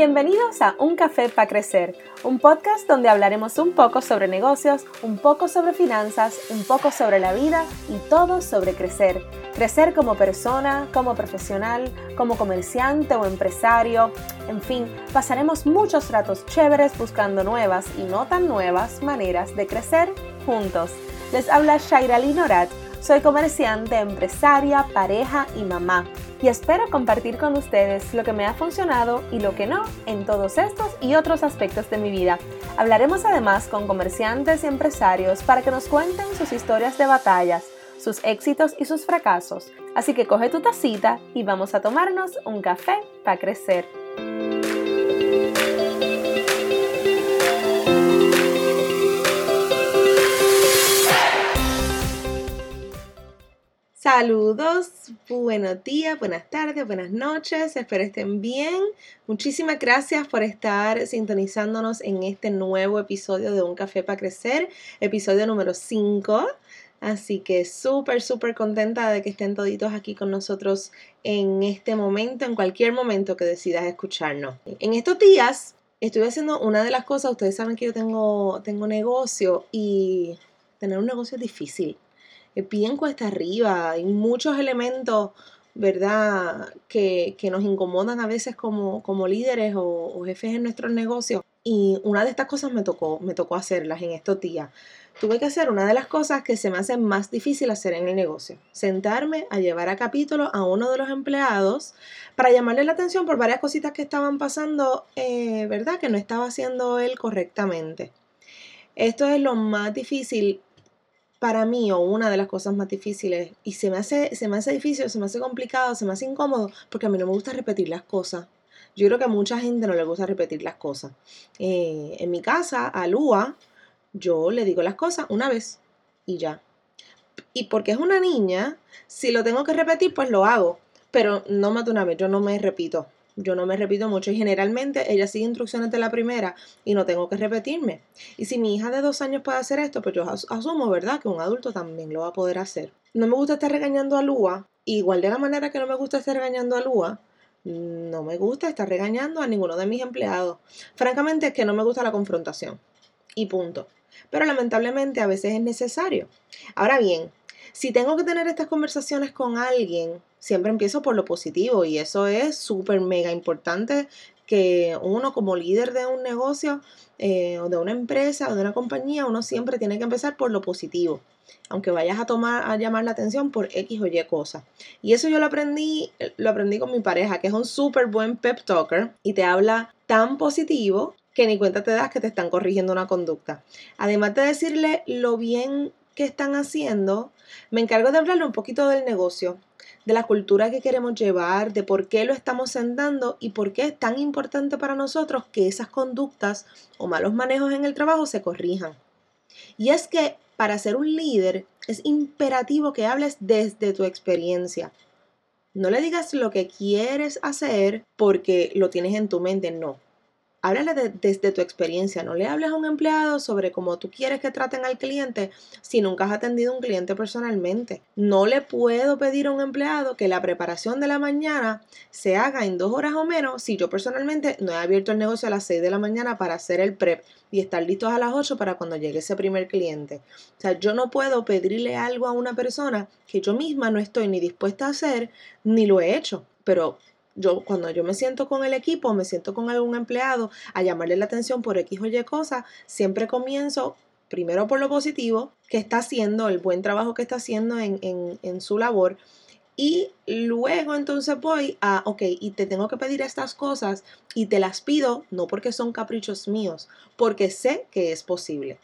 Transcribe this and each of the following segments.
Bienvenidos a Un Café para Crecer, un podcast donde hablaremos un poco sobre negocios, un poco sobre finanzas, un poco sobre la vida y todo sobre crecer. Crecer como persona, como profesional, como comerciante o empresario. En fin, pasaremos muchos ratos chéveres buscando nuevas y no tan nuevas maneras de crecer juntos. Les habla Shairali Norat. Soy comerciante, empresaria, pareja y mamá. Y espero compartir con ustedes lo que me ha funcionado y lo que no en todos estos y otros aspectos de mi vida. Hablaremos además con comerciantes y empresarios para que nos cuenten sus historias de batallas, sus éxitos y sus fracasos. Así que coge tu tacita y vamos a tomarnos un café para crecer. Saludos, buenos días, buenas tardes, buenas noches, espero estén bien. Muchísimas gracias por estar sintonizándonos en este nuevo episodio de Un Café para Crecer, episodio número 5. Así que súper contenta de que estén toditos aquí con nosotros en este momento, en cualquier momento que decidas escucharnos. En estos días estuve haciendo una de las cosas, ustedes saben que yo tengo negocio y tener un negocio es difícil. Es bien cuesta arriba, hay muchos elementos, ¿verdad?, que nos incomodan a veces como líderes o jefes en nuestros negocios. Y una de estas cosas me tocó hacerlas en estos días. Tuve que hacer una de las cosas que se me hace más difícil hacer en el negocio. Sentarme a llevar a capítulo a uno de los empleados para llamarle la atención por varias cositas que estaban pasando, ¿verdad?, que no estaba haciendo él correctamente. Esto es lo más difícil para mí, o una de las cosas más difíciles, y se me hace difícil, se me hace complicado, se me hace incómodo, porque a mí no me gusta repetir las cosas. Yo creo que a mucha gente no le gusta repetir las cosas. En mi casa, a Lua, yo le digo las cosas una vez y ya. Y porque es una niña, si lo tengo que repetir, pues lo hago. Pero no más de una vez, yo no me repito. Yo no me repito mucho y generalmente ella sigue instrucciones de la primera y no tengo que repetirme. Y si mi hija de 2 años puede hacer esto, pues yo asumo, ¿verdad?, que un adulto también lo va a poder hacer. No me gusta estar regañando a Lua, igual de la manera que no me gusta estar regañando a Lua, no me gusta estar regañando a ninguno de mis empleados. Francamente es que no me gusta la confrontación. Y punto. Pero lamentablemente a veces es necesario. Ahora bien, si tengo que tener estas conversaciones con alguien, siempre empiezo por lo positivo y eso es súper mega importante, que uno como líder de un negocio o de una empresa o de una compañía, uno siempre tiene que empezar por lo positivo, aunque vayas a llamar la atención por X o Y cosas. Y eso yo lo aprendí con mi pareja, que es un súper buen pep talker y te habla tan positivo que ni cuenta te das que te están corrigiendo una conducta. Además de decirle lo bien que están haciendo, me encargo de hablarle un poquito del negocio, de la cultura que queremos llevar, de por qué lo estamos sentando y por qué es tan importante para nosotros que esas conductas o malos manejos en el trabajo se corrijan. Y es que para ser un líder es imperativo que hables desde tu experiencia. No le digas lo que quieres hacer porque lo tienes en tu mente, no. Háblale desde tu experiencia, no le hables a un empleado sobre cómo tú quieres que traten al cliente si nunca has atendido a un cliente personalmente. No le puedo pedir a un empleado que la preparación de la mañana se haga en 2 horas o menos si yo personalmente no he abierto el negocio a las 6 de la mañana para hacer el prep y estar listos a las 8 para cuando llegue ese primer cliente. O sea, yo no puedo pedirle algo a una persona que yo misma no estoy ni dispuesta a hacer ni lo he hecho, pero cuando yo me siento con el equipo, me siento con algún empleado a llamarle la atención por X o Y cosas, siempre comienzo primero por lo positivo que está haciendo, el buen trabajo que está haciendo en su labor, y luego entonces voy a, ok, y te tengo que pedir estas cosas y te las pido no porque son caprichos míos, porque sé que es posible,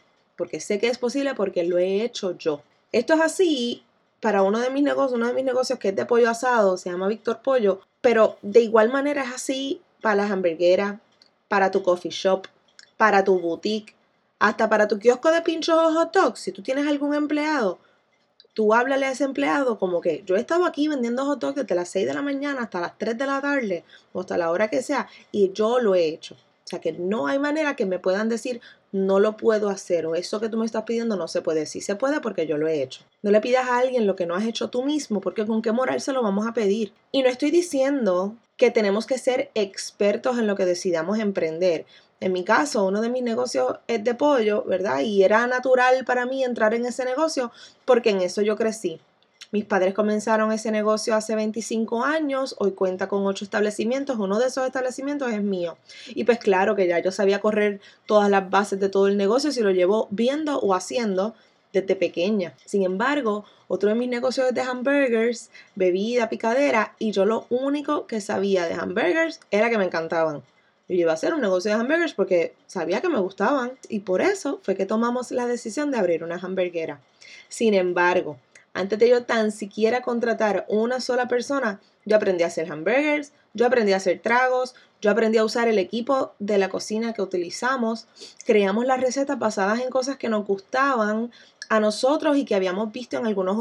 porque lo he hecho yo. Esto es así para uno de mis negocios que es de pollo asado, se llama Víctor Pollo, pero de igual manera es así para las hamburgueras, para tu coffee shop, para tu boutique, hasta para tu kiosco de pinchos o hot dogs. Si tú tienes algún empleado, tú háblale a ese empleado como que yo he estado aquí vendiendo hot dogs desde las 6 de la mañana hasta las 3 de la tarde o hasta la hora que sea y yo lo he hecho. O sea que no hay manera que me puedan decir no lo puedo hacer o eso que tú me estás pidiendo no se puede. Sí se puede porque yo lo he hecho. No le pidas a alguien lo que no has hecho tú mismo porque con qué moral se lo vamos a pedir. Y no estoy diciendo que tenemos que ser expertos en lo que decidamos emprender. En mi caso, uno de mis negocios es de pollo, ¿verdad? Y era natural para mí entrar en ese negocio porque en eso yo crecí. Mis padres comenzaron ese negocio hace 25 años, hoy cuenta con 8 establecimientos, uno de esos establecimientos es mío. Y pues claro que ya yo sabía correr todas las bases de todo el negocio si lo llevo viendo o haciendo desde pequeña. Sin embargo, otro de mis negocios es de hamburgers, bebida, picadera, y yo lo único que sabía de hamburgers era que me encantaban. Yo iba a hacer un negocio de hamburgers porque sabía que me gustaban y por eso fue que tomamos la decisión de abrir una hamburguera. Sin embargo, antes de yo tan siquiera contratar una sola persona, yo aprendí a hacer hamburgers, yo aprendí a hacer tragos, yo aprendí a usar el equipo de la cocina que utilizamos, creamos las recetas basadas en cosas que nos gustaban a nosotros y que habíamos visto en algunos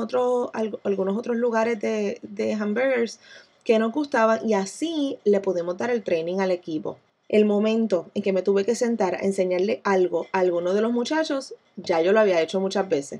otros lugares de hamburgers que nos gustaban y así le pudimos dar el training al equipo. El momento en que me tuve que sentar a enseñarle algo a alguno de los muchachos, ya yo lo había hecho muchas veces.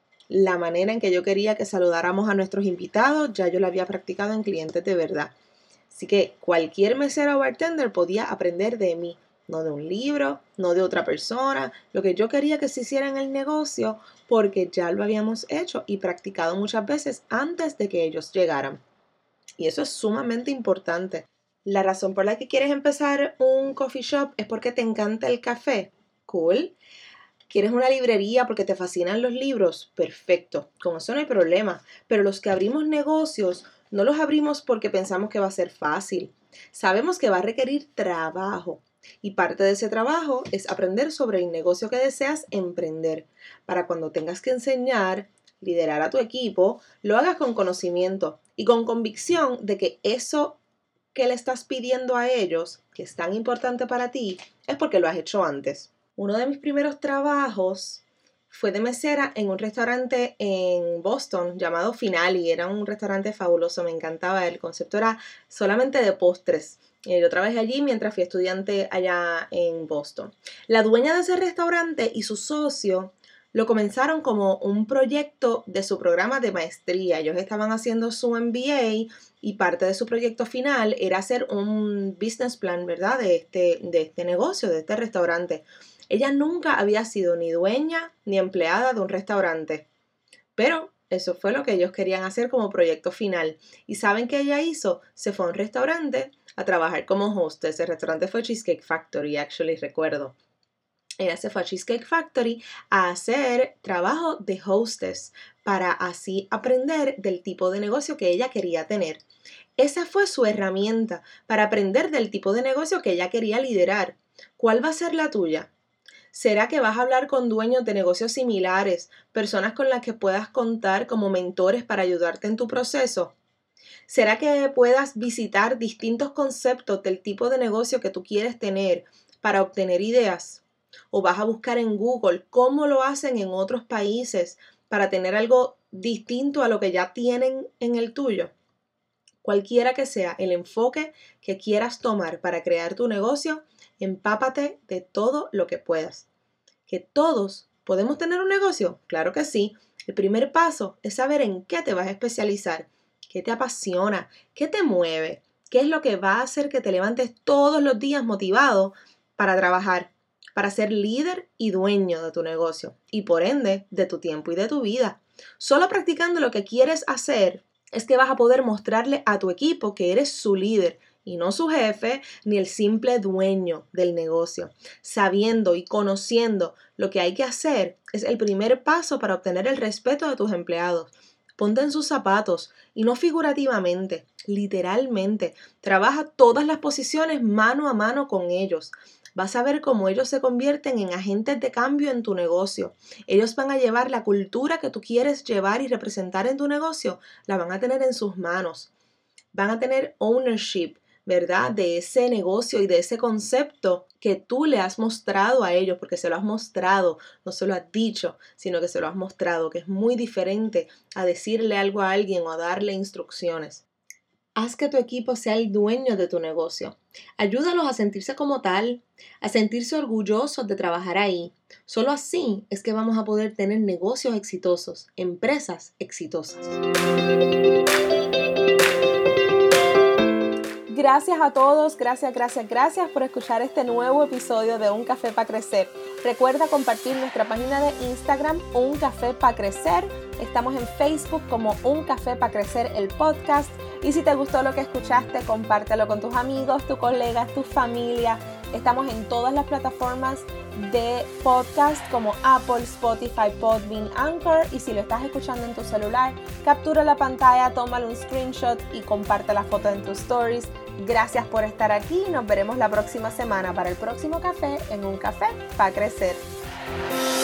La manera en que yo quería que saludáramos a nuestros invitados, ya yo la había practicado en clientes de verdad. Así que cualquier mesero o bartender podía aprender de mí, no de un libro, no de otra persona, lo que yo quería que se hiciera en el negocio, porque ya lo habíamos hecho y practicado muchas veces antes de que ellos llegaran. Y eso es sumamente importante. La razón por la que quieres empezar un coffee shop es porque te encanta el café. Cool. ¿Quieres una librería porque te fascinan los libros? Perfecto, con eso no hay problema. Pero los que abrimos negocios, no los abrimos porque pensamos que va a ser fácil. Sabemos que va a requerir trabajo. Y parte de ese trabajo es aprender sobre el negocio que deseas emprender. Para cuando tengas que enseñar, liderar a tu equipo, lo hagas con conocimiento y con convicción de que eso que le estás pidiendo a ellos, que es tan importante para ti, es porque lo has hecho antes. Uno de mis primeros trabajos fue de mesera en un restaurante en Boston llamado Finale. Era un restaurante fabuloso, me encantaba. El concepto era solamente de postres. Yo trabajé allí mientras fui estudiante allá en Boston. La dueña de ese restaurante y su socio lo comenzaron como un proyecto de su programa de maestría. Ellos estaban haciendo su MBA y parte de su proyecto final era hacer un business plan, ¿verdad? De este negocio, de este restaurante. Ella nunca había sido ni dueña ni empleada de un restaurante, pero eso fue lo que ellos querían hacer como proyecto final. ¿Y saben qué ella hizo? Se fue a un restaurante a trabajar como hostess. El restaurante fue Cheesecake Factory, actually, recuerdo. Ella se fue a Cheesecake Factory a hacer trabajo de hostess para así aprender del tipo de negocio que ella quería tener. Esa fue su herramienta para aprender del tipo de negocio que ella quería liderar. ¿Cuál va a ser la tuya? ¿Será que vas a hablar con dueños de negocios similares, personas con las que puedas contar como mentores para ayudarte en tu proceso? ¿Será que puedas visitar distintos conceptos del tipo de negocio que tú quieres tener para obtener ideas? ¿O vas a buscar en Google cómo lo hacen en otros países para tener algo distinto a lo que ya tienen en el tuyo? Cualquiera que sea el enfoque que quieras tomar para crear tu negocio, empápate de todo lo que puedas. ¿Que todos podemos tener un negocio? Claro que sí. El primer paso es saber en qué te vas a especializar, qué te apasiona, qué te mueve, qué es lo que va a hacer que te levantes todos los días motivado para trabajar, para ser líder y dueño de tu negocio y por ende de tu tiempo y de tu vida. Solo practicando lo que quieres hacer es que vas a poder mostrarle a tu equipo que eres su líder y no su jefe ni el simple dueño del negocio. Sabiendo y conociendo lo que hay que hacer es el primer paso para obtener el respeto de tus empleados. Ponte en sus zapatos y no figurativamente, literalmente. Trabaja todas las posiciones mano a mano con ellos. Vas a ver cómo ellos se convierten en agentes de cambio en tu negocio. Ellos van a llevar la cultura que tú quieres llevar y representar en tu negocio, la van a tener en sus manos. Van a tener ownership, ¿verdad? De ese negocio y de ese concepto que tú le has mostrado a ellos, porque se lo has mostrado, no se lo has dicho, sino que se lo has mostrado, que es muy diferente a decirle algo a alguien o a darle instrucciones. Haz que tu equipo sea el dueño de tu negocio. Ayúdalos a sentirse como tal, a sentirse orgullosos de trabajar ahí. Solo así es que vamos a poder tener negocios exitosos, empresas exitosas. Gracias a todos, gracias por escuchar este nuevo episodio de Un Café para Crecer. Recuerda compartir nuestra página de Instagram, Un Café para Crecer. Estamos en Facebook como Un Café para Crecer, el podcast. Y si te gustó lo que escuchaste, compártelo con tus amigos, tus colegas, tu familia. Estamos en todas las plataformas de podcast como Apple, Spotify, Podbean, Anchor. Y si lo estás escuchando en tu celular, captura la pantalla, tómale un screenshot y comparte la foto en tus stories. Gracias por estar aquí. Nos veremos la próxima semana para el próximo café en Un Café para Crecer.